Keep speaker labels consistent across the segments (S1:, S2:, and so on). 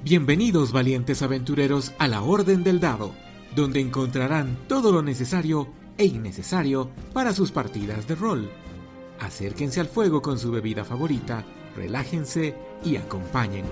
S1: Bienvenidos, valientes aventureros, a la Orden del Dado, donde encontrarán todo lo necesario e innecesario para sus partidas de rol. Acérquense al fuego con su bebida favorita, relájense y acompáñennos.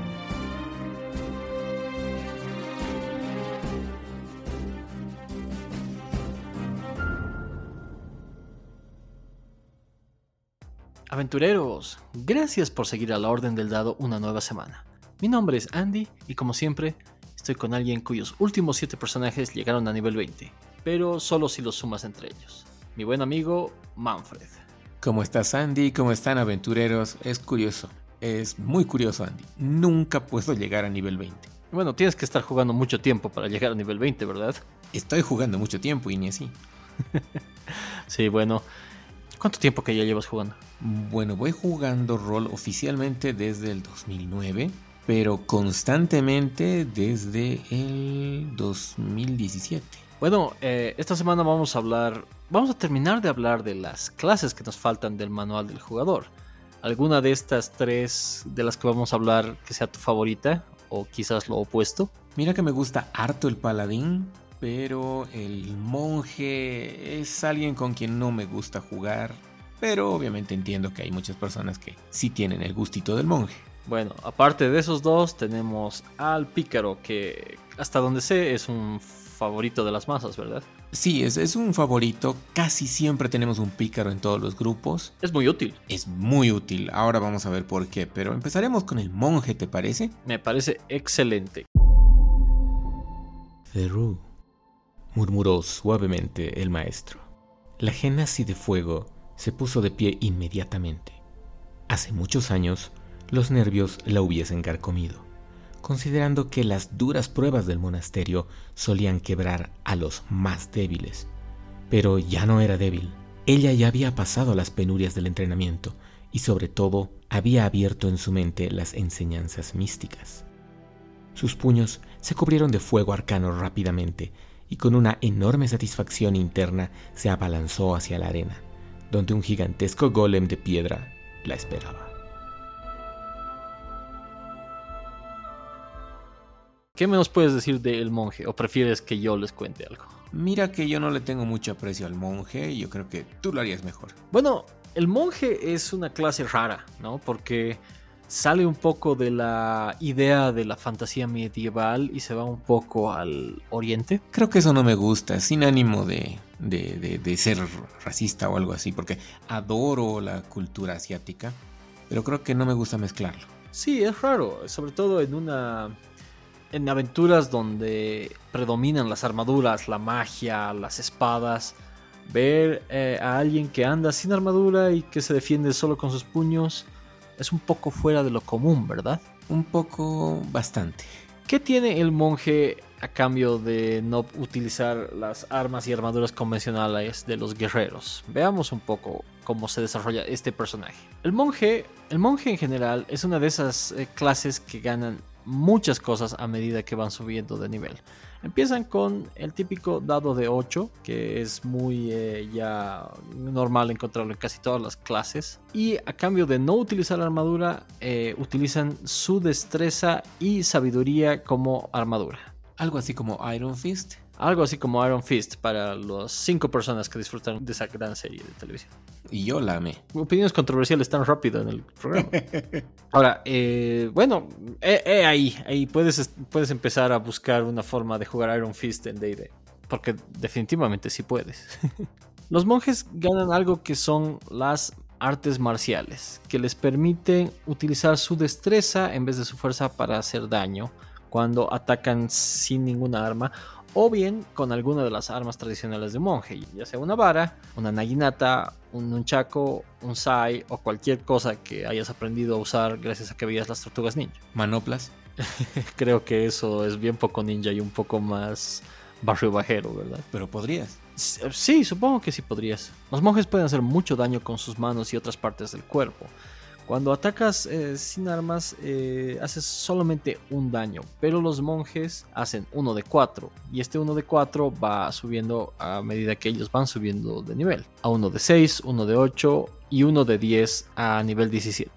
S2: Aventureros, gracias por seguir a la Orden del Dado una nueva semana. Mi nombre es Andy y como siempre estoy con alguien cuyos últimos 7 personajes llegaron a nivel 20, pero solo si los sumas entre ellos. Mi buen amigo Manfred.
S3: ¿Cómo estás, Andy? ¿Cómo están, aventureros? Es curioso, es muy curioso, Andy. Nunca puedo llegar a nivel 20.
S2: Bueno, tienes que estar jugando mucho tiempo para llegar a nivel 20, ¿verdad?
S3: Estoy jugando mucho tiempo y ni así.
S2: Sí, bueno. ¿Cuánto tiempo que ya llevas jugando?
S3: Bueno, voy jugando rol oficialmente desde el 2009, pero constantemente desde el 2017.
S2: Bueno, esta semana vamos a terminar de hablar de las clases que nos faltan del manual del jugador. ¿Alguna de estas 3 de las que vamos a hablar que sea tu favorita? O quizás lo opuesto.
S3: Mira que me gusta harto el paladín, pero el monje es alguien con quien no me gusta jugar. Pero obviamente entiendo que hay muchas personas que sí tienen el gustito del monje.
S2: Bueno, aparte de esos dos, tenemos al pícaro, que hasta donde sé es un favorito de las masas, ¿verdad?
S3: Sí, es un favorito. Casi siempre tenemos un pícaro en todos los grupos.
S2: Es muy útil.
S3: Es muy útil. Ahora vamos a ver por qué. Pero empezaremos con el monje, ¿te parece?
S2: Me parece excelente.
S3: Cerú, murmuró suavemente el maestro. La Genasi de Fuego se puso de pie inmediatamente. Hace muchos años, los nervios la hubiesen carcomido, considerando que las duras pruebas del monasterio solían quebrar a los más débiles. Pero ya no era débil. Ella ya había pasado las penurias del entrenamiento y sobre todo había abierto en su mente las enseñanzas místicas. Sus puños se cubrieron de fuego arcano rápidamente y con una enorme satisfacción interna se abalanzó hacia la arena, donde un gigantesco golem de piedra la esperaba.
S2: ¿Qué me nos puedes decir del monje? ¿O prefieres que yo les cuente algo?
S3: Mira que yo no le tengo mucho aprecio al monje y yo creo que tú lo harías mejor.
S2: Bueno, el monje es una clase rara, ¿no? Porque sale un poco de la idea de la fantasía medieval y se va un poco al oriente.
S3: Creo que eso no me gusta, sin ánimo de ser racista o algo así, porque adoro la cultura asiática, pero creo que no me gusta mezclarlo.
S2: Sí, es raro, sobre todo en aventuras donde predominan las armaduras, la magia, las espadas. Ver a alguien que anda sin armadura y que se defiende solo con sus puños es un poco fuera de lo común, ¿verdad?
S3: Un poco, bastante.
S2: ¿Qué tiene el monje a cambio de no utilizar las armas y armaduras convencionales de los guerreros? Veamos un poco cómo se desarrolla este personaje. El monje en general es una de esas clases que ganan muchas cosas a medida que van subiendo de nivel. Empiezan con el típico dado de 8, que es muy ya normal encontrarlo en casi todas las clases. Y a cambio de no utilizar armadura, utilizan su destreza y sabiduría como armadura.
S3: Algo así como Iron Fist.
S2: Algo así como Iron Fist para las 5 personas que disfrutaron de esa gran serie de televisión.
S3: Y yo la amé.
S2: Opiniones controversiales tan rápido en el programa. Ahora, bueno, ahí puedes empezar a buscar una forma de jugar Iron Fist en D&D. Porque definitivamente sí puedes. Los monjes ganan algo que son las artes marciales, que les permiten utilizar su destreza en vez de su fuerza para hacer daño cuando atacan sin ninguna arma, o bien con alguna de las armas tradicionales de monje, ya sea una vara, una naginata, un nunchaku, un sai o cualquier cosa que hayas aprendido a usar gracias a que veías las tortugas ninja.
S3: Manoplas.
S2: Creo que eso es bien poco ninja y un poco más barrio bajero, ¿verdad?
S3: Pero podrías.
S2: Sí, supongo que sí podrías. Los monjes pueden hacer mucho daño con sus manos y otras partes del cuerpo. Cuando atacas sin armas, haces solamente un daño, pero los monjes hacen 1 de 4, y este 1 de 4 va subiendo a medida que ellos van subiendo de nivel, a 1 de 6, 1 de 8 y 1 de 10 a nivel 17.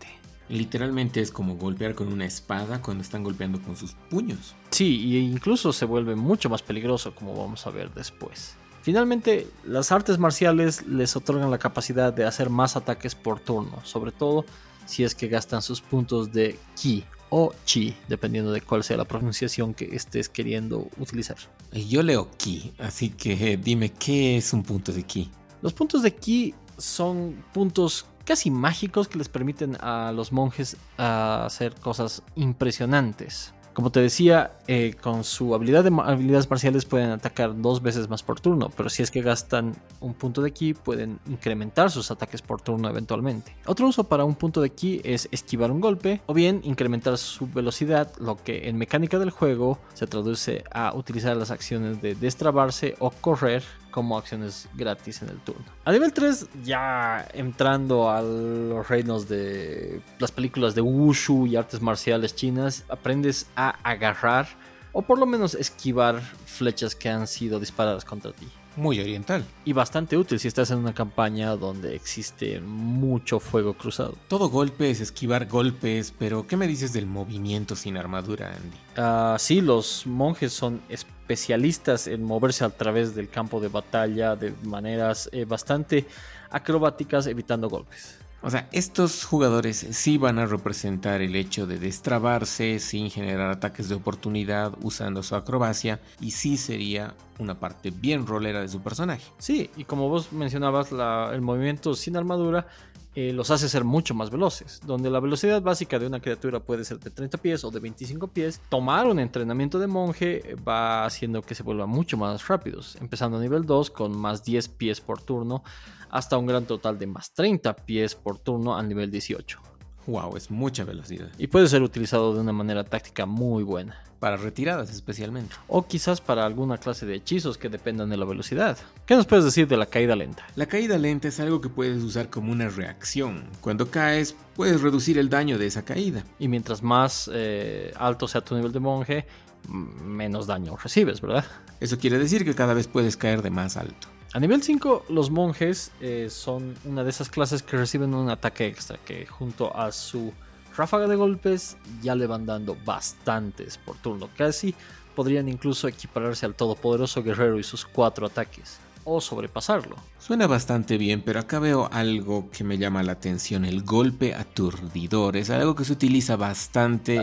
S3: Literalmente es como golpear con una espada cuando están golpeando con sus puños.
S2: Sí, e incluso se vuelve mucho más peligroso, como vamos a ver después. Finalmente, las artes marciales les otorgan la capacidad de hacer más ataques por turno, sobre todo si es que gastan sus puntos de ki o chi, dependiendo de cuál sea la pronunciación que estés queriendo utilizar.
S3: Yo leo ki, así que dime, ¿qué es un punto de ki?
S2: Los puntos de ki son puntos casi mágicos que les permiten a los monjes hacer cosas impresionantes. Como te decía, con su habilidades marciales pueden atacar 2 veces más por turno, pero si es que gastan un punto de ki pueden incrementar sus ataques por turno eventualmente. Otro uso para un punto de ki es esquivar un golpe o bien incrementar su velocidad, lo que en mecánica del juego se traduce a utilizar las acciones de destrabarse o correr como acciones gratis en el turno. A nivel 3, ya entrando a los reinos de las películas de Wushu y artes marciales chinas, aprendes a agarrar o por lo menos esquivar flechas que han sido disparadas contra ti.
S3: Muy oriental.
S2: Y bastante útil si estás en una campaña donde existe mucho fuego cruzado.
S3: Todo golpe es esquivar golpes, pero ¿qué me dices del movimiento sin armadura, Andy?
S2: Sí, los monjes son especialistas en moverse a través del campo de batalla de maneras bastante acrobáticas, evitando golpes.
S3: O sea, estos jugadores sí van a representar el hecho de destrabarse sin generar ataques de oportunidad usando su acrobacia, y sí sería una parte bien rolera de su personaje.
S2: Sí, y como vos mencionabas, el movimiento sin armadura los hace ser mucho más veloces, donde la velocidad básica de una criatura puede ser de 30 pies o de 25 pies. Tomar un entrenamiento de monje va haciendo que se vuelvan mucho más rápidos, empezando a nivel 2 con más 10 pies por turno, hasta un gran total de más 30 pies por turno al nivel 18.
S3: Wow, es mucha velocidad.
S2: Y puede ser utilizado de una manera táctica muy buena.
S3: Para retiradas especialmente.
S2: O quizás para alguna clase de hechizos que dependan de la velocidad. ¿Qué nos puedes decir de la caída lenta?
S3: La caída lenta es algo que puedes usar como una reacción. Cuando caes, puedes reducir el daño de esa caída.
S2: Y mientras más alto sea tu nivel de monje, menos daño recibes, ¿verdad?
S3: Eso quiere decir que cada vez puedes caer de más alto.
S2: A nivel 5, los monjes son una de esas clases que reciben un ataque extra, que junto a su ráfaga de golpes ya le van dando bastantes por turno. Casi podrían incluso equipararse al todopoderoso guerrero y sus 4 ataques, o sobrepasarlo.
S3: Suena bastante bien, pero acá veo algo que me llama la atención: el golpe aturdidor. Es algo que se utiliza bastante.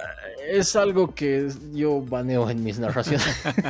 S2: Es algo que yo baneo en mis narraciones.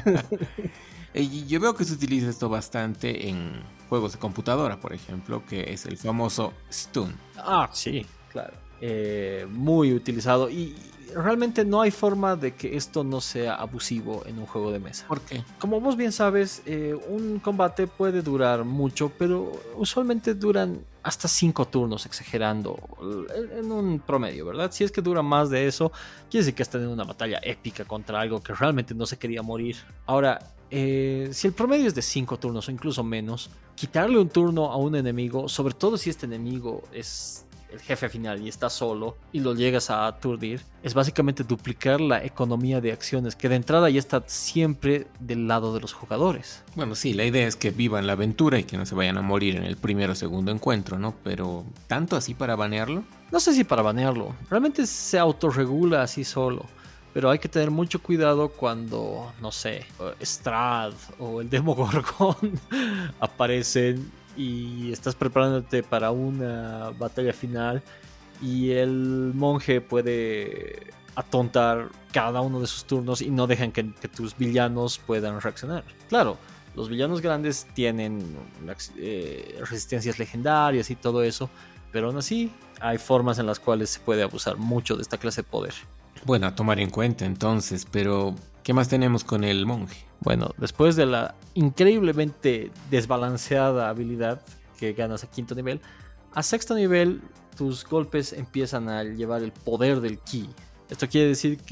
S3: Yo veo que se utiliza esto bastante en juegos de computadora, por ejemplo, que es el famoso stun.
S2: Sí, claro. Muy utilizado, y realmente no hay forma de que esto no sea abusivo en un juego de mesa.
S3: ¿Por qué?
S2: Como vos bien sabes, un combate puede durar mucho, pero usualmente duran hasta 5 turnos, exagerando, en un promedio, ¿verdad? Si es que dura más de eso, quiere decir que estás en una batalla épica contra algo que realmente no se quería morir. Ahora, si el promedio es de 5 turnos o incluso menos, quitarle un turno a un enemigo, sobre todo si este enemigo es el jefe final y está solo y lo llegas a aturdir, es básicamente duplicar la economía de acciones, que de entrada ya está siempre del lado de los jugadores.
S3: Bueno, sí, la idea es que vivan la aventura y que no se vayan a morir en el primero o segundo encuentro, ¿no? Pero, ¿tanto así para banearlo?
S2: No sé si para banearlo, realmente se autorregula así solo. Pero hay que tener mucho cuidado cuando, no sé, Strahd o el Demogorgon aparecen y estás preparándote para una batalla final y el monje puede atontar cada uno de sus turnos y no dejan que tus villanos puedan reaccionar. Claro, los villanos grandes tienen resistencias legendarias y todo eso, pero aún así hay formas en las cuales se puede abusar mucho de esta clase de poder.
S3: Bueno, a tomar en cuenta entonces, pero ¿qué más tenemos con el monje?
S2: Bueno, después de la increíblemente desbalanceada habilidad que ganas a 5º nivel, a 6º nivel tus golpes empiezan a llevar el poder del ki. Esto quiere decir que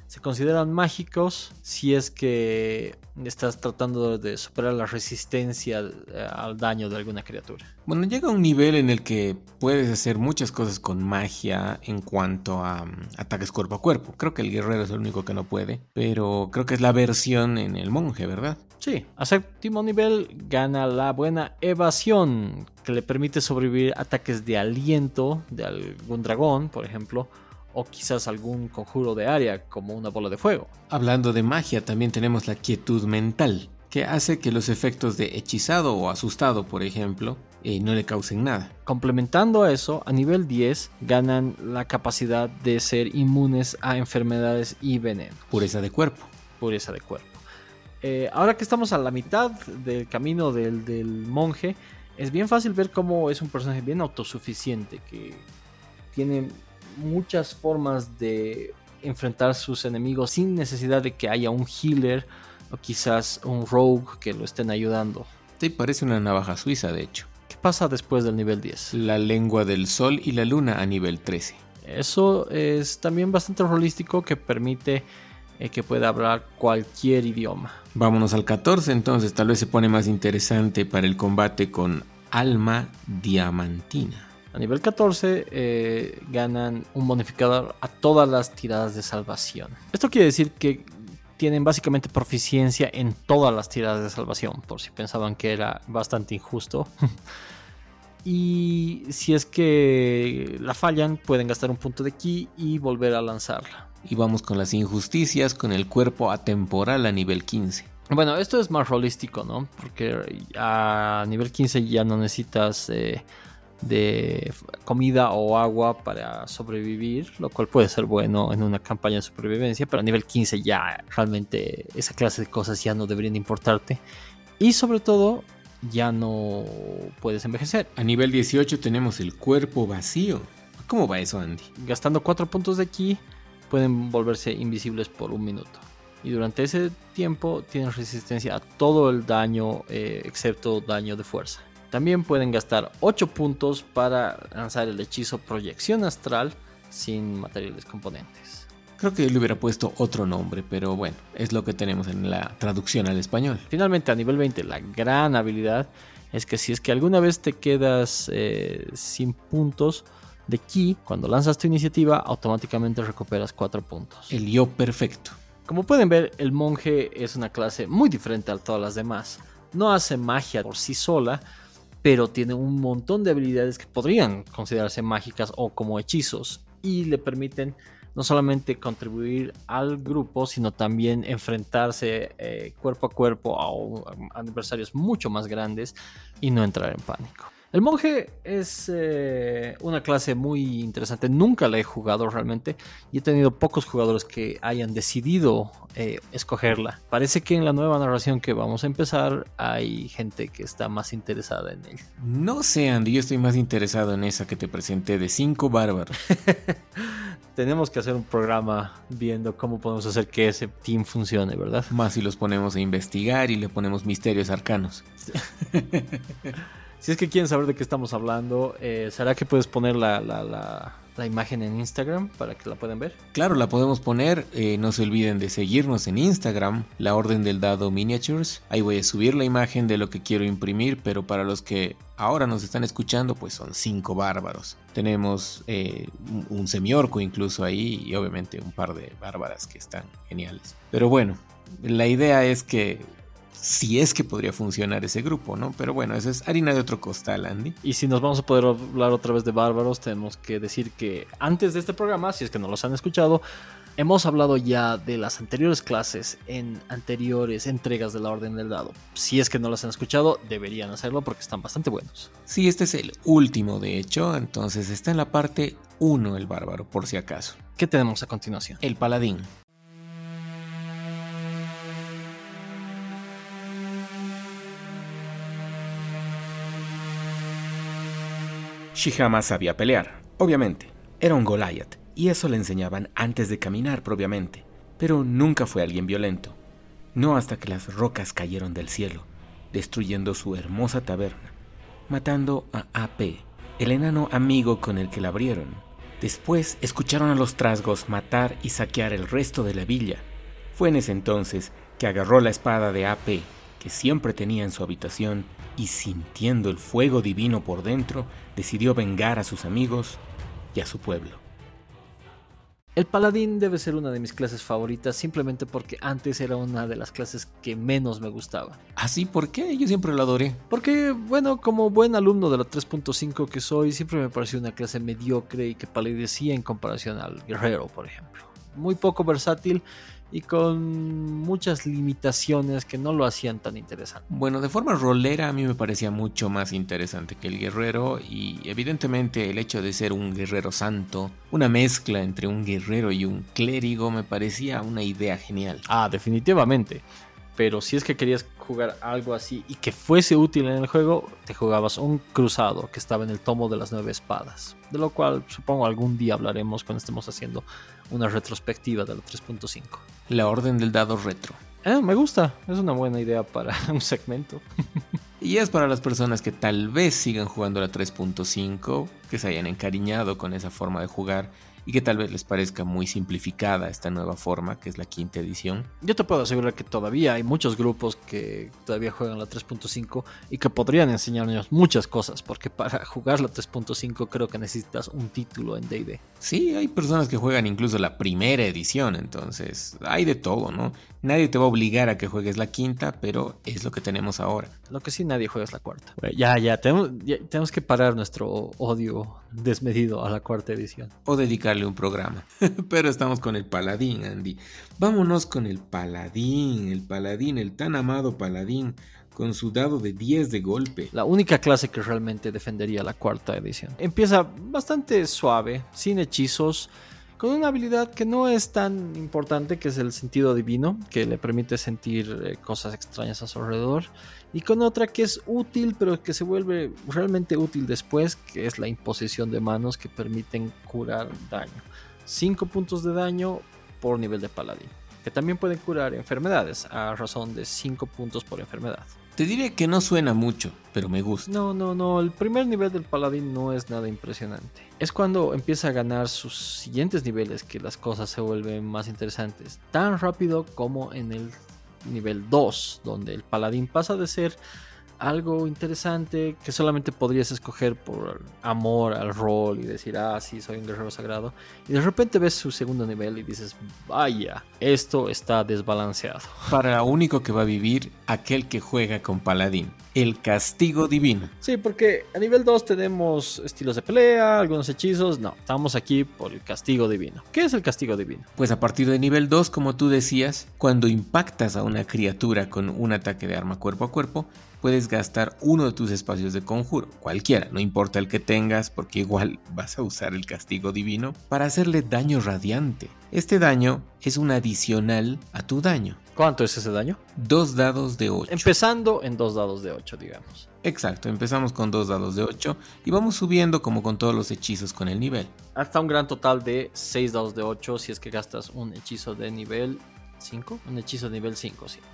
S2: se consideran mágicos si es que estás tratando de superar la resistencia al daño de alguna criatura.
S3: Bueno, llega un nivel en el que puedes hacer muchas cosas con magia en cuanto a ataques cuerpo a cuerpo. Creo que el guerrero es el único que no puede, pero creo que es la versión en el monje, ¿verdad?
S2: Sí, a séptimo nivel gana la buena evasión, que le permite sobrevivir ataques de aliento de algún dragón, por ejemplo, o quizás algún conjuro de área como una bola de fuego.
S3: Hablando de magia, también tenemos la quietud mental, que hace que los efectos de hechizado o asustado, por ejemplo, no le causen nada.
S2: Complementando a eso, a nivel 10 ganan la capacidad de ser inmunes a enfermedades y venenos.
S3: Pureza de cuerpo.
S2: Pureza de cuerpo. Ahora que estamos a la mitad del camino del monje, es bien fácil ver cómo es un personaje bien autosuficiente, que tiene muchas formas de enfrentar sus enemigos sin necesidad de que haya un healer o quizás un rogue que lo estén ayudando.
S3: Sí, parece una navaja suiza, de hecho.
S2: ¿Qué pasa después del nivel 10?
S3: La lengua del sol y la luna a nivel 13.
S2: Eso es también bastante holístico, que permite que pueda hablar cualquier idioma.
S3: Vámonos al 14, entonces tal vez se pone más interesante para el combate con alma diamantina.
S2: A nivel 14 ganan un bonificador a todas las tiradas de salvación. Esto quiere decir que tienen básicamente proficiencia en todas las tiradas de salvación, por si pensaban que era bastante injusto. Y si es que la fallan, pueden gastar un punto de ki y volver a lanzarla.
S3: Y vamos con las injusticias, con el cuerpo atemporal a nivel 15.
S2: Bueno, esto es más holístico, ¿no? Porque a nivel 15 ya no necesitas de comida o agua para sobrevivir, lo cual puede ser bueno en una campaña de supervivencia, pero a nivel 15 ya realmente esa clase de cosas ya no deberían importarte. Y sobre todo, ya no puedes envejecer.
S3: A nivel 18 tenemos el cuerpo vacío. ¿Cómo va eso, Andy?
S2: Gastando 4 puntos de ki, pueden volverse invisibles por 1 minuto. Y durante ese tiempo tienen resistencia a todo el daño, excepto daño de fuerza. También pueden gastar 8 puntos para lanzar el hechizo Proyección Astral sin materiales componentes.
S3: Creo que yo le hubiera puesto otro nombre, pero bueno, es lo que tenemos en la traducción al español.
S2: Finalmente, a nivel 20, la gran habilidad es que si es que alguna vez te quedas sin puntos de ki, cuando lanzas tu iniciativa, automáticamente recuperas 4 puntos.
S3: El yo perfecto.
S2: Como pueden ver, el monje es una clase muy diferente a todas las demás. No hace magia por sí sola, pero tiene un montón de habilidades que podrían considerarse mágicas o como hechizos, y le permiten no solamente contribuir al grupo, sino también enfrentarse cuerpo a cuerpo a adversarios mucho más grandes y no entrar en pánico. El monje es una clase muy interesante. Nunca la he jugado realmente y he tenido pocos jugadores que hayan decidido escogerla. Parece que en la nueva narración que vamos a empezar hay gente que está más interesada en él.
S3: No sé, Andy, yo estoy más interesado en esa que te presenté de 5 bárbaros.
S2: Tenemos que hacer un programa viendo cómo podemos hacer que ese team funcione, ¿verdad?
S3: Más si los ponemos a investigar y le ponemos misterios arcanos.
S2: Si es que quieren saber de qué estamos hablando, ¿será que puedes poner la imagen en Instagram para que la puedan ver?
S3: Claro, la podemos poner. No se olviden de seguirnos en Instagram, La Orden del Dado Miniatures. Ahí voy a subir la imagen de lo que quiero imprimir, pero para los que ahora nos están escuchando, pues son 5 bárbaros. Tenemos un semiorco incluso ahí y obviamente un par de bárbaras que están geniales. Pero bueno, la idea es que si es que podría funcionar ese grupo, ¿no? Pero bueno, eso es harina de otro costal, Andy.
S2: Y si nos vamos a poder hablar otra vez de bárbaros, tenemos que decir que antes de este programa, si es que no los han escuchado, hemos hablado ya de las anteriores clases en anteriores entregas de la Orden del Dado. Si es que no las han escuchado, deberían hacerlo porque están bastante buenos.
S3: Sí, este es el último, de hecho, entonces está en la parte 1 el bárbaro, por si acaso.
S2: ¿Qué tenemos a continuación?
S3: El paladín. She jamás sabía pelear, obviamente. Era un Goliath, y eso le enseñaban antes de caminar propiamente. Pero nunca fue alguien violento. No hasta que las rocas cayeron del cielo, destruyendo su hermosa taberna, matando a AP, el enano amigo con el que la abrieron. Después escucharon a los trasgos matar y saquear el resto de la villa. Fue en ese entonces que agarró la espada de AP que siempre tenía en su habitación y, sintiendo el fuego divino por dentro, decidió vengar a sus amigos y a su pueblo.
S2: El paladín debe ser una de mis clases favoritas simplemente porque antes era una de las clases que menos me gustaba.
S3: ¿Así? ¿Por qué? Yo siempre lo adoré.
S2: Porque, bueno, como buen alumno de la 3.5 que soy, siempre me pareció una clase mediocre y que palidecía en comparación al guerrero, por ejemplo. Muy poco versátil y con muchas limitaciones que no lo hacían tan interesante.
S3: Bueno, de forma rolera a mí me parecía mucho más interesante que el guerrero, y evidentemente el hecho de ser un guerrero santo, una mezcla entre un guerrero y un clérigo, me parecía una idea genial.
S2: Ah, definitivamente. Pero si es que querías jugar algo así y que fuese útil en el juego, te jugabas un cruzado que estaba en el tomo de las 9 espadas, de lo cual supongo algún día hablaremos cuando estemos haciendo una retrospectiva de la 3.5.
S3: La Orden del Dado Retro.
S2: Me gusta, es una buena idea para un segmento.
S3: Y es para las personas que tal vez sigan jugando la 3.5, que se hayan encariñado con esa forma de jugar y que tal vez les parezca muy simplificada esta nueva forma, que es la quinta edición.
S2: Yo te puedo asegurar que todavía hay muchos grupos que todavía juegan la 3.5 y que podrían enseñarnos muchas cosas, porque para jugar la 3.5 creo que necesitas un título en D&D.
S3: Sí, hay personas que juegan incluso la primera edición, entonces hay de todo, ¿no? Nadie te va a obligar a que juegues la quinta, pero es lo que tenemos ahora.
S2: Lo que sí, nadie juega es la cuarta. Tenemos que parar nuestro odio desmedido a la cuarta edición.
S3: O dedicarle un programa. Pero estamos con el paladín, Andy. Vámonos con el paladín, el tan amado paladín, con su dado de 10 de golpe.
S2: La única clase que realmente defendería la cuarta edición. Empieza bastante suave, sin hechizos, con una habilidad que no es tan importante, que es el sentido divino, que le permite sentir cosas extrañas a su alrededor, y con otra que es útil, pero que se vuelve realmente útil después, que es la imposición de manos, que permiten curar daño. 5 puntos de daño por nivel de paladín, que también pueden curar enfermedades a razón de 5 puntos por enfermedad.
S3: Te diré que no suena mucho, pero me gusta.
S2: No, el primer nivel del paladín no es nada impresionante. Es cuando empieza a ganar sus siguientes niveles que las cosas se vuelven más interesantes. Tan rápido como en el nivel 2, donde el paladín pasa de ser algo interesante que solamente podrías escoger por amor al rol y decir, sí, soy un guerrero sagrado, y de repente ves su segundo nivel y dices, vaya, esto está desbalanceado.
S3: Para lo único que va a vivir aquel que juega con paladín, el castigo divino.
S2: Sí, porque a nivel 2 tenemos estilos de pelea, algunos hechizos. No, estamos aquí por el castigo divino. ¿Qué es el castigo divino?
S3: Pues a partir de nivel 2, como tú decías, cuando impactas a una criatura con un ataque de arma cuerpo a cuerpo, puedes gastar uno de tus espacios de conjuro, cualquiera, no importa el que tengas, porque igual vas a usar el castigo divino para hacerle daño radiante. Este daño es un adicional a tu daño.
S2: ¿Cuánto es ese daño?
S3: 2 dados de 8.
S2: Empezando en 2 dados de 8, digamos.
S3: Exacto, empezamos con 2 dados de 8 y vamos subiendo como con todos los hechizos con el nivel.
S2: Hasta un gran total de 6 dados de 8 si es que gastas un hechizo de nivel 5. Un hechizo de nivel 5, sí.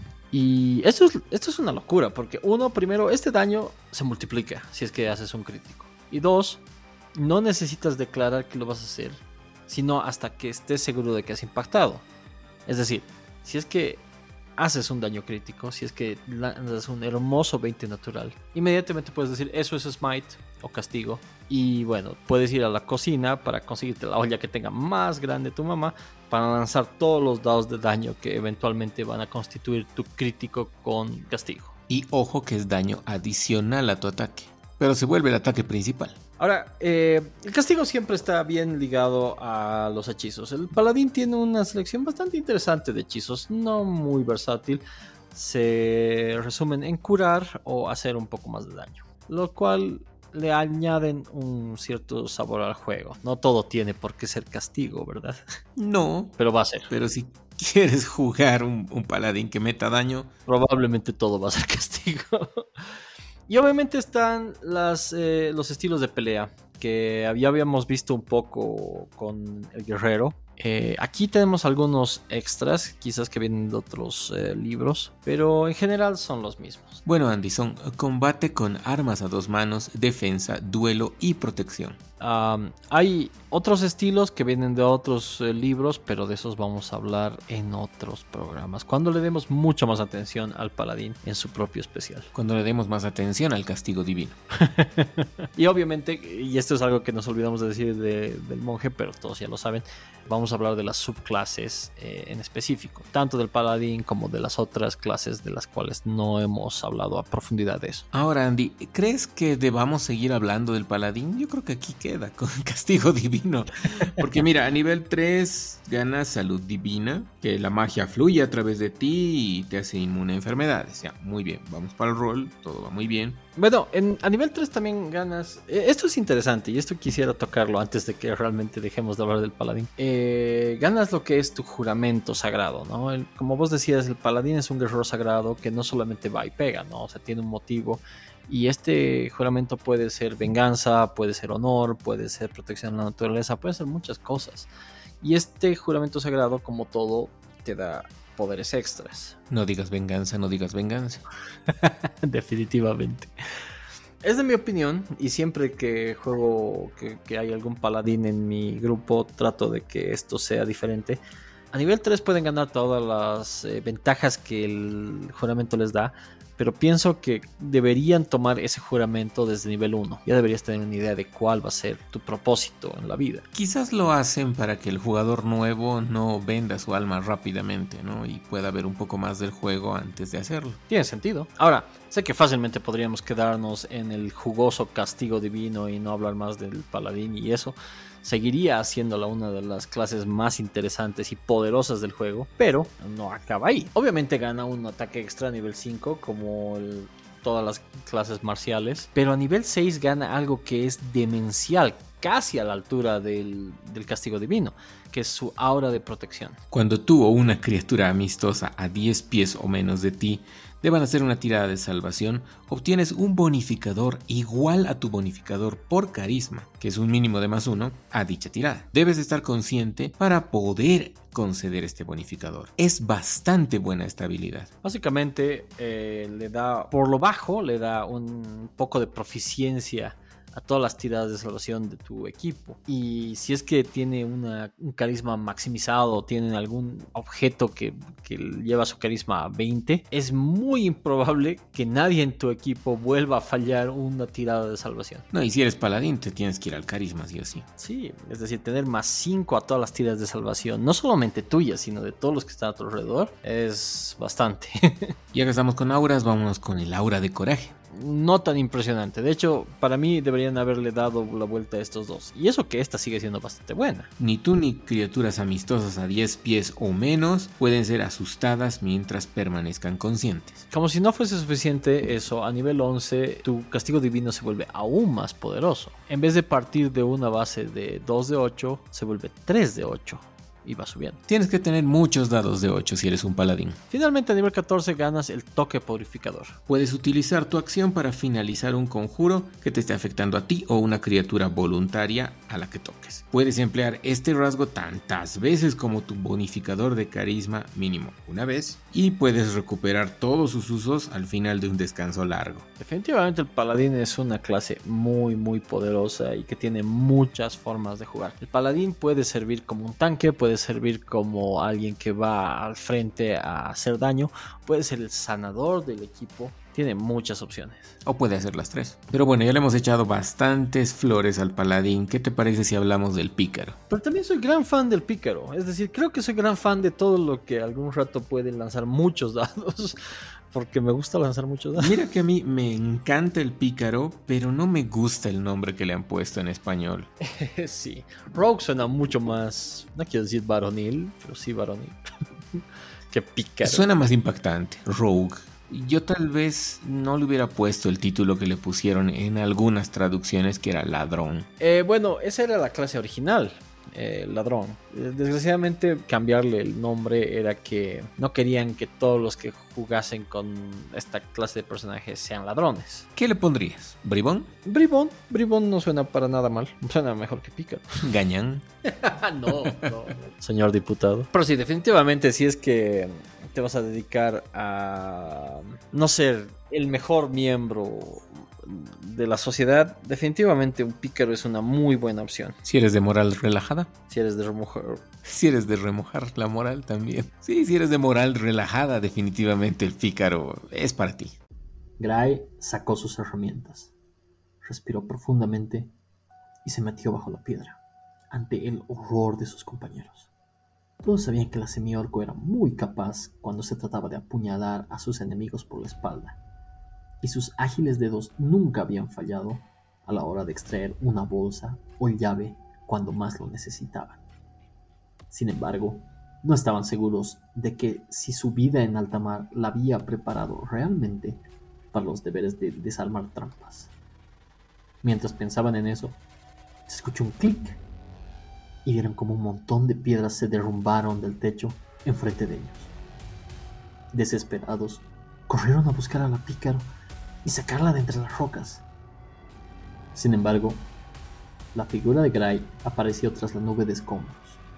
S2: Y esto es una locura, porque primero, este daño se multiplica si es que haces un crítico. Y 2, no necesitas declarar que lo vas a hacer, sino hasta que estés seguro de que has impactado. Es decir, si es que haces un daño crítico, si es que lanzas un hermoso 20 natural, inmediatamente puedes decir, eso es smite o castigo. Y bueno, puedes ir a la cocina para conseguirte la olla que tenga más grande tu mamá, para lanzar todos los dados de daño que eventualmente van a constituir tu crítico con castigo.
S3: Y ojo que es daño adicional a tu ataque, pero se vuelve el ataque principal.
S2: Ahora, el castigo siempre está bien ligado a los hechizos. El paladín tiene una selección bastante interesante de hechizos, no muy versátil. Se resumen en curar o hacer un poco más de daño, lo cual le añaden un cierto sabor al juego. No todo tiene por qué ser castigo, ¿verdad?
S3: No,
S2: pero va a ser.
S3: Pero si quieres jugar un paladín que meta daño,
S2: probablemente todo va a ser castigo. Y obviamente están los estilos de pelea, que ya habíamos visto un poco con el guerrero. Aquí tenemos algunos extras, quizás que vienen de otros libros, pero en general son los mismos.
S3: Bueno, Andy, son combate con armas a 2 manos, defensa, duelo y protección.
S2: Hay otros estilos que vienen de otros libros, pero de esos vamos a hablar en otros programas, cuando le demos mucha más atención al paladín en su propio especial.
S3: Cuando le demos más atención al castigo divino.
S2: Y obviamente, y esto es algo que nos olvidamos de decir del monje, pero todos ya lo saben, vamos a hablar de las subclases en específico, tanto del paladín como de las otras clases de las cuales no hemos hablado a profundidad de eso.
S3: Ahora, Andy, ¿crees que debamos seguir hablando del paladín? Yo creo que aquí queda con castigo divino. Porque mira, a nivel 3 ganas salud divina, que la magia fluye a través de ti y te hace inmune a enfermedades. Ya, muy bien, vamos para el rol, todo va muy bien.
S2: Bueno, a nivel 3 también ganas... esto es interesante y esto quisiera tocarlo antes de que realmente dejemos de hablar del paladín. Ganas lo que es tu juramento sagrado, ¿no? Como vos decías, el paladín es un guerrero sagrado que no solamente va y pega, ¿no? O sea, tiene un motivo. Y este juramento puede ser venganza, puede ser honor, puede ser protección de la naturaleza, puede ser muchas cosas. Y este juramento sagrado, como todo, te da poderes extras.
S3: No digas venganza, no digas venganza.
S2: Definitivamente. Es de mi opinión, y siempre que juego, que hay algún paladín en mi grupo, trato de que esto sea diferente. A nivel 3 pueden ganar todas las ventajas que el juramento les da, pero pienso que deberían tomar ese juramento desde nivel 1. Ya deberías tener una idea de cuál va a ser tu propósito en la vida.
S3: Quizás lo hacen para que el jugador nuevo no venda su alma rápidamente, ¿no? Y pueda ver un poco más del juego antes de hacerlo.
S2: Tiene sentido. Ahora, sé que fácilmente podríamos quedarnos en el jugoso castigo divino y no hablar más del paladín, y eso seguiría haciéndola una de las clases más interesantes y poderosas del juego, pero no acaba ahí. Obviamente gana un ataque extra a nivel 5 como todas las clases marciales, pero a nivel 6 gana algo que es demencial, casi a la altura del castigo divino, que es su aura de protección.
S3: Cuando tú o una criatura amistosa a 10 pies o menos de ti deban hacer una tirada de salvación, obtienes un bonificador igual a tu bonificador por carisma, que es un mínimo de +1 a dicha tirada. Debes estar consciente para poder conceder este bonificador. Es bastante buena esta habilidad.
S2: Básicamente le da, por lo bajo, le da un poco de proficiencia a todas las tiradas de salvación de tu equipo. Y si es que tiene un carisma maximizado o tienen algún objeto que lleva su carisma a 20, es muy improbable que nadie en tu equipo vuelva a fallar una tirada de salvación.
S3: No, y si eres paladín te tienes que ir al carisma, sí o sí.
S2: Sí, es decir, tener +5 a todas las tiradas de salvación, no solamente tuyas, sino de todos los que están a tu alrededor, es bastante.
S3: Ya que estamos con auras, vámonos con el aura de coraje.
S2: No tan impresionante. De hecho, para mí deberían haberle dado la vuelta a estos dos. Y eso que esta sigue siendo bastante buena.
S3: Ni tú ni criaturas amistosas a 10 pies o menos pueden ser asustadas mientras permanezcan conscientes.
S2: Como si no fuese suficiente eso, a nivel 11 tu castigo divino se vuelve aún más poderoso. En vez de partir de una base de 2 de 8, se vuelve 3 de 8. Y va subiendo.
S3: Tienes que tener muchos dados de 8 si eres un paladín.
S2: Finalmente a nivel 14 ganas el toque purificador.
S3: Puedes utilizar tu acción para finalizar un conjuro que te esté afectando a ti o una criatura voluntaria a la que toques. Puedes emplear este rasgo tantas veces como tu bonificador de carisma mínimo una vez, y puedes recuperar todos sus usos al final de un descanso largo.
S2: Definitivamente el paladín es una clase muy poderosa y que tiene muchas formas de jugar. El paladín puede servir como un tanque, puede servir como alguien que va al frente a hacer daño, puede ser el sanador del equipo, tiene muchas opciones.
S3: O puede hacer las tres. Pero bueno, ya le hemos echado bastantes flores al paladín. ¿Qué te parece si hablamos del pícaro?
S2: Pero también soy gran fan del pícaro, es decir, creo que soy gran fan de todo lo que algún rato puede lanzar muchos dados. Porque me gusta lanzar muchos dados.
S3: Mira que a mí me encanta el pícaro, pero no me gusta el nombre que le han puesto en español.
S2: Sí, Rogue suena mucho más, no quiero decir varonil, pero sí varonil. Que pícaro.
S3: Suena más impactante, Rogue. Yo tal vez no le hubiera puesto el título que le pusieron en algunas traducciones, que era ladrón.
S2: Bueno, esa era la clase original. Ladrón. Desgraciadamente cambiarle el nombre era que no querían que todos los que jugasen con esta clase de personajes sean ladrones.
S3: ¿Qué le pondrías? ¿Bribón?
S2: Bribón no suena para nada mal. Suena mejor que pícaro.
S3: ¿Gañán?
S2: No. Señor diputado. Pero sí, definitivamente si es que te vas a dedicar a no ser el mejor miembro de la sociedad, definitivamente un pícaro es una muy buena opción.
S3: Si eres de moral relajada.
S2: Si eres de remojar.
S3: Si eres de remojar la moral también. Sí, si eres de moral relajada, definitivamente el pícaro es para ti.
S4: Gray sacó sus herramientas, respiró profundamente y se metió bajo la piedra, ante el horror de sus compañeros. Todos sabían que la semiorco era muy capaz cuando se trataba de apuñalar a sus enemigos por la espalda, y sus ágiles dedos nunca habían fallado a la hora de extraer una bolsa o llave cuando más lo necesitaban. Sin embargo, no estaban seguros de que si su vida en alta mar la había preparado realmente para los deberes de desarmar trampas. Mientras pensaban en eso, se escuchó un clic y vieron como un montón de piedras se derrumbaron del techo enfrente de ellos. Desesperados, corrieron a buscar a la pícaro y sacarla de entre las rocas. Sin embargo, la figura de Gray apareció tras la nube de escombros.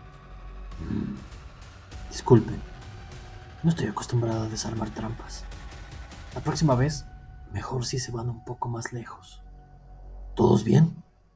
S4: Disculpen, no estoy acostumbrado a desarmar trampas. La próxima vez, mejor si se van un poco más lejos. ¿Todos bien?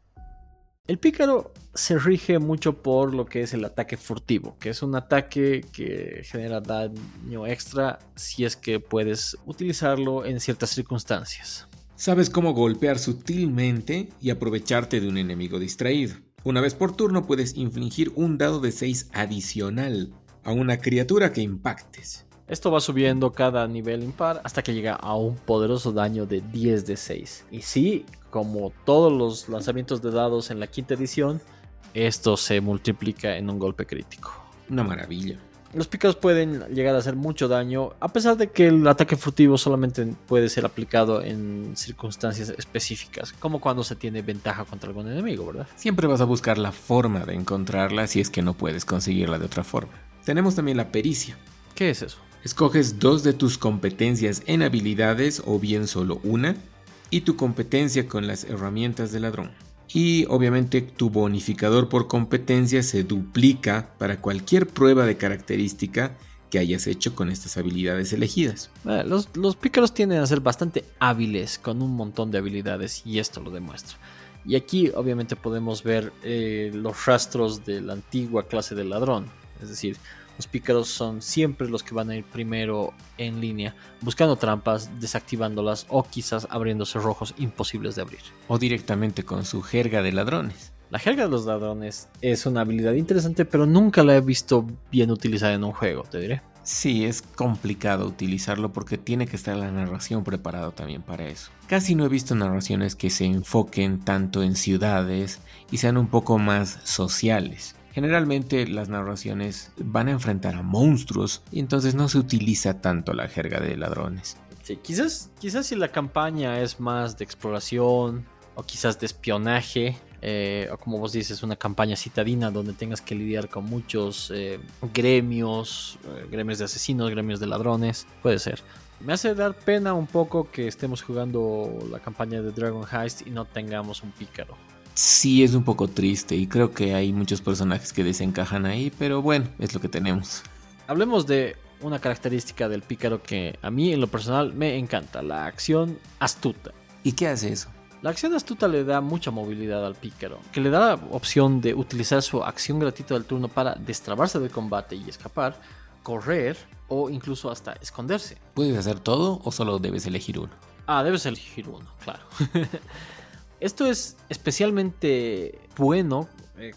S2: El pícaro se rige mucho por lo que es el ataque furtivo, que es un ataque que genera daño extra si es que puedes utilizarlo en ciertas circunstancias.
S3: Sabes cómo golpear sutilmente y aprovecharte de un enemigo distraído. Una vez por turno puedes infligir un dado de 6 adicional a una criatura que impactes.
S2: Esto va subiendo cada nivel impar hasta que llega a un poderoso daño de 10 de 6. Y sí, como todos los lanzamientos de dados en la quinta edición, esto se multiplica en un golpe crítico.
S3: Una maravilla.
S2: Los pícaros pueden llegar a hacer mucho daño, a pesar de que el ataque furtivo solamente puede ser aplicado en circunstancias específicas, como cuando se tiene ventaja contra algún enemigo, ¿verdad?
S3: Siempre vas a buscar la forma de encontrarla si es que no puedes conseguirla de otra forma. Tenemos también la pericia.
S2: ¿Qué es eso?
S3: Escoges 2 de tus competencias en habilidades o bien solo una, y tu competencia con las herramientas de ladrón. Y obviamente tu bonificador por competencia se duplica para cualquier prueba de característica que hayas hecho con estas habilidades elegidas.
S2: Los pícaros tienden a ser bastante hábiles con un montón de habilidades y esto lo demuestra. Y aquí obviamente podemos ver los rastros de la antigua clase de ladrón, es decir, los pícaros son siempre los que van a ir primero en línea, buscando trampas, desactivándolas o quizás abriendo cerrojos imposibles de abrir.
S3: O directamente con su jerga de ladrones.
S2: La jerga de los ladrones es una habilidad interesante, pero nunca la he visto bien utilizada en un juego, te diré.
S3: Sí, es complicado utilizarlo porque tiene que estar la narración preparada también para eso. Casi no he visto narraciones que se enfoquen tanto en ciudades y sean un poco más sociales. Generalmente las narraciones van a enfrentar a monstruos y entonces no se utiliza tanto la jerga de ladrones.
S2: Sí, quizás si la campaña es más de exploración o quizás de espionaje, o como vos dices, una campaña citadina donde tengas que lidiar con muchos gremios de asesinos, gremios de ladrones, puede ser. Me hace dar pena un poco que estemos jugando la campaña de Dragon Heist y no tengamos un pícaro.
S3: Sí, es un poco triste y creo que hay muchos personajes que desencajan ahí, pero bueno, es lo que tenemos.
S2: Hablemos de una característica del pícaro que a mí en lo personal me encanta, la acción astuta.
S3: ¿Y qué hace eso?
S2: La acción astuta le da mucha movilidad al pícaro, que le da la opción de utilizar su acción gratuita del turno para destrabarse del combate y escapar, correr o incluso hasta esconderse.
S3: ¿Puedes hacer todo o solo debes elegir uno?
S2: Debes elegir uno, claro. Esto es especialmente bueno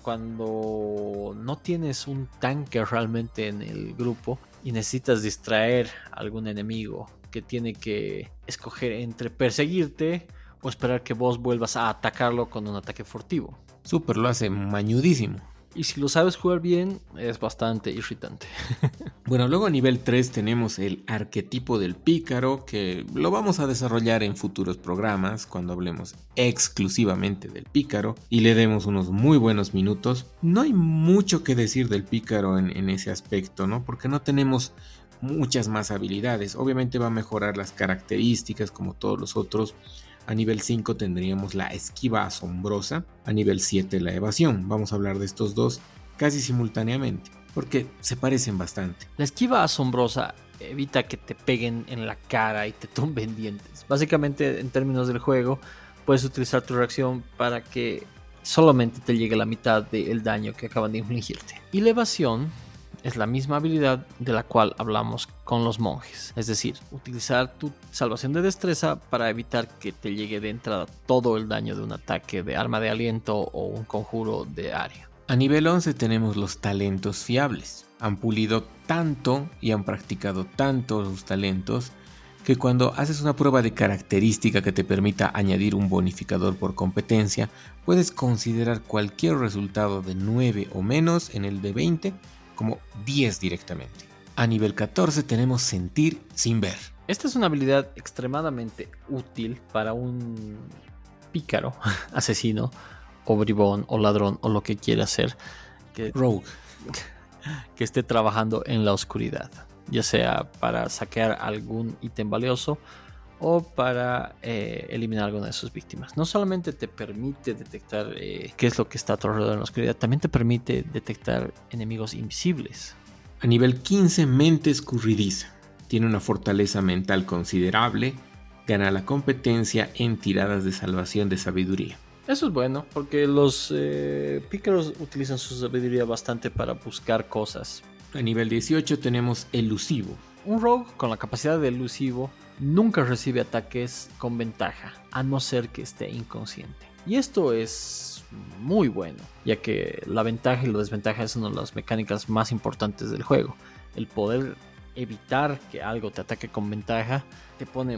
S2: cuando no tienes un tanque realmente en el grupo y necesitas distraer a algún enemigo que tiene que escoger entre perseguirte o esperar que vos vuelvas a atacarlo con un ataque furtivo.
S3: Súper, lo hace mañudísimo.
S2: Y si lo sabes jugar bien, es bastante irritante.
S3: Bueno, luego a nivel 3 tenemos el arquetipo del pícaro, que lo vamos a desarrollar en futuros programas cuando hablemos exclusivamente del pícaro y le demos unos muy buenos minutos. No hay mucho que decir del pícaro en ese aspecto, ¿no? Porque no tenemos muchas más habilidades. Obviamente va a mejorar las características como todos los otros. A nivel 5 tendríamos la esquiva asombrosa, a nivel 7 la evasión. Vamos a hablar de estos dos casi simultáneamente. porque se parecen bastante.
S2: La esquiva asombrosa evita que te peguen en la cara y te tumben dientes. Básicamente, en términos del juego, puedes utilizar tu reacción para que solamente te llegue la mitad del daño que acaban de infligirte. Y la evasión es la misma habilidad de la cual hablamos con los monjes. Es decir, utilizar tu salvación de destreza para evitar que te llegue de entrada todo el daño de un ataque de arma de aliento o un conjuro de área.
S3: A nivel 11 tenemos los talentos fiables. Han pulido tanto y han practicado tanto sus talentos que cuando haces una prueba de característica que te permita añadir un bonificador por competencia, puedes considerar cualquier resultado de 9 o menos en el de 20 como 10 directamente. A nivel 14 tenemos sentir sin ver.
S2: Esta es una habilidad extremadamente útil para un pícaro, asesino, o bribón, o ladrón, o lo que quiera hacer,
S3: Rogue,
S2: que esté trabajando en la oscuridad, ya sea para saquear algún ítem valioso o para eliminar alguna de sus víctimas. No solamente te permite detectar qué es lo que está a tu alrededor en la oscuridad, también te permite detectar enemigos invisibles.
S3: A nivel 15, mente escurridiza. Tiene una fortaleza mental considerable, gana la competencia en tiradas de salvación de sabiduría.
S2: Eso es bueno, porque los pícaros utilizan su sabiduría bastante para buscar cosas.
S3: A nivel 18 tenemos elusivo.
S2: Un rogue con la capacidad de elusivo nunca recibe ataques con ventaja, a no ser que esté inconsciente. Y esto es muy bueno, ya que la ventaja y la desventaja es una de las mecánicas más importantes del juego. El poder evitar que algo te ataque con ventaja te pone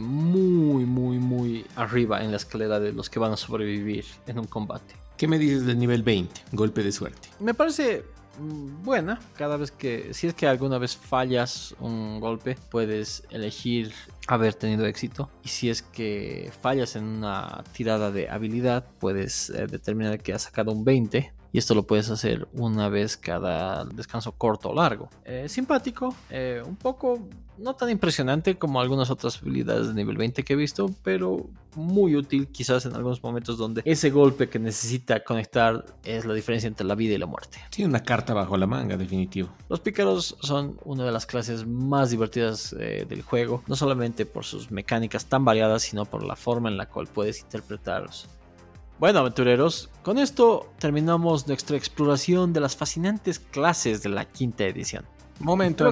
S2: muy arriba en la escalera de los que van a sobrevivir en un combate.
S3: ¿Qué me dices del nivel 20? Golpe de suerte.
S2: Me parece buena. Cada vez que, si es que alguna vez fallas un golpe, puedes elegir haber tenido éxito, y si es que fallas en una tirada de habilidad, puedes determinar que has sacado un 20, y esto lo puedes hacer una vez cada descanso corto o largo. Simpático, un poco no tan impresionante como algunas otras habilidades de nivel 20 que he visto, pero muy útil quizás en algunos momentos donde ese golpe que necesita conectar es la diferencia entre la vida y la muerte.
S3: Sí, una carta bajo la manga, definitivo.
S2: Los pícaros son una de las clases más divertidas del juego, no solamente por sus mecánicas tan variadas, sino por la forma en la cual puedes interpretarlos. Bueno, aventureros, con esto terminamos nuestra exploración de las fascinantes clases de la quinta edición.
S3: Momento.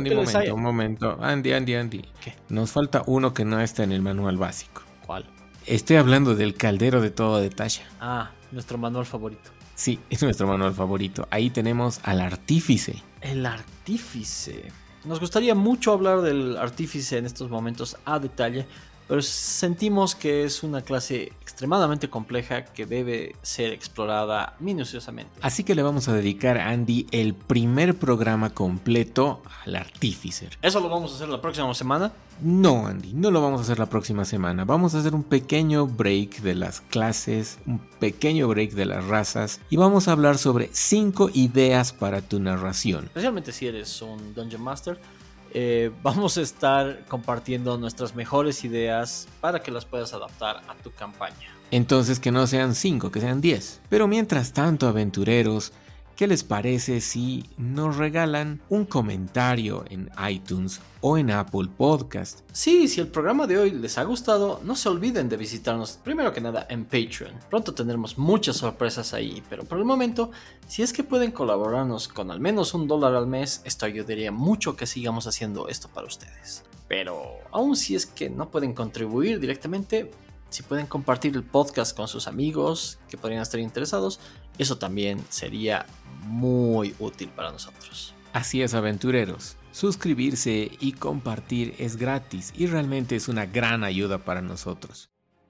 S3: Andy.
S2: ¿Qué?
S3: Nos falta uno que no está en el manual básico.
S2: ¿Cuál?
S3: Estoy hablando del caldero de todo de Tasha.
S2: Ah, nuestro manual favorito.
S3: Sí, es nuestro manual favorito. Ahí tenemos al artífice.
S2: El artífice. Nos gustaría mucho hablar del artífice en estos momentos a detalle, pero sentimos que es una clase extremadamente compleja que debe ser explorada minuciosamente.
S3: Así que le vamos a dedicar a Andy el primer programa completo al artífice.
S2: ¿Eso lo vamos a hacer la próxima semana?
S3: No, Andy, no lo vamos a hacer la próxima semana. Vamos a hacer un pequeño break de las clases, un pequeño break de las razas, y vamos a hablar sobre 5 ideas para tu narración.
S2: Especialmente si eres un Dungeon Master. Vamos a estar compartiendo nuestras mejores ideas para que las puedas adaptar a tu campaña.
S3: Entonces que no sean 5, que sean 10. Pero mientras tanto, aventureros, ¿qué les parece si nos regalan un comentario en iTunes o en Apple Podcast?
S2: Sí, si el programa de hoy les ha gustado, no se olviden de visitarnos primero que nada en Patreon. Pronto tendremos muchas sorpresas ahí, pero por el momento, si es que pueden colaborarnos con al menos $1 al mes, esto ayudaría mucho que sigamos haciendo esto para ustedes. Pero aún si es que no pueden contribuir directamente, si pueden compartir el podcast con sus amigos que podrían estar interesados, eso también sería muy útil para nosotros.
S3: Así es, aventureros. Suscribirse y compartir es gratis y realmente es una gran ayuda para nosotros.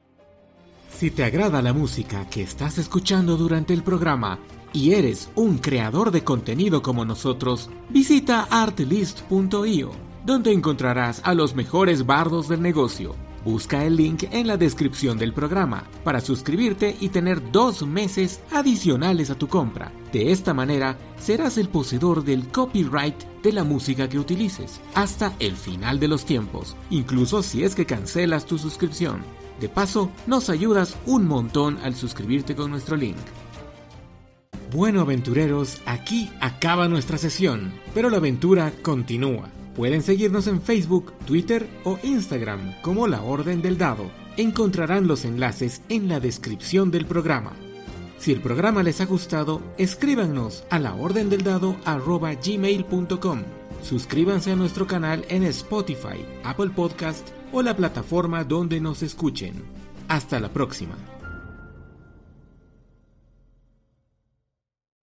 S1: Si te agrada la música que estás escuchando durante el programa y eres un creador de contenido como nosotros, visita artlist.io, donde encontrarás a los mejores bardos del negocio. Busca el link en la descripción del programa para suscribirte y tener 2 meses adicionales a tu compra. De esta manera, serás el poseedor del copyright de la música que utilices hasta el final de los tiempos, incluso si es que cancelas tu suscripción. De paso, nos ayudas un montón al suscribirte con nuestro link. Bueno, aventureros, aquí acaba nuestra sesión, pero la aventura continúa. Pueden seguirnos en Facebook, Twitter o Instagram como La Orden del Dado. Encontrarán los enlaces en la descripción del programa. Si el programa les ha gustado, escríbanos a laordendeldado@gmail.com. Suscríbanse a nuestro canal en Spotify, Apple Podcast o la plataforma donde nos escuchen. Hasta la próxima.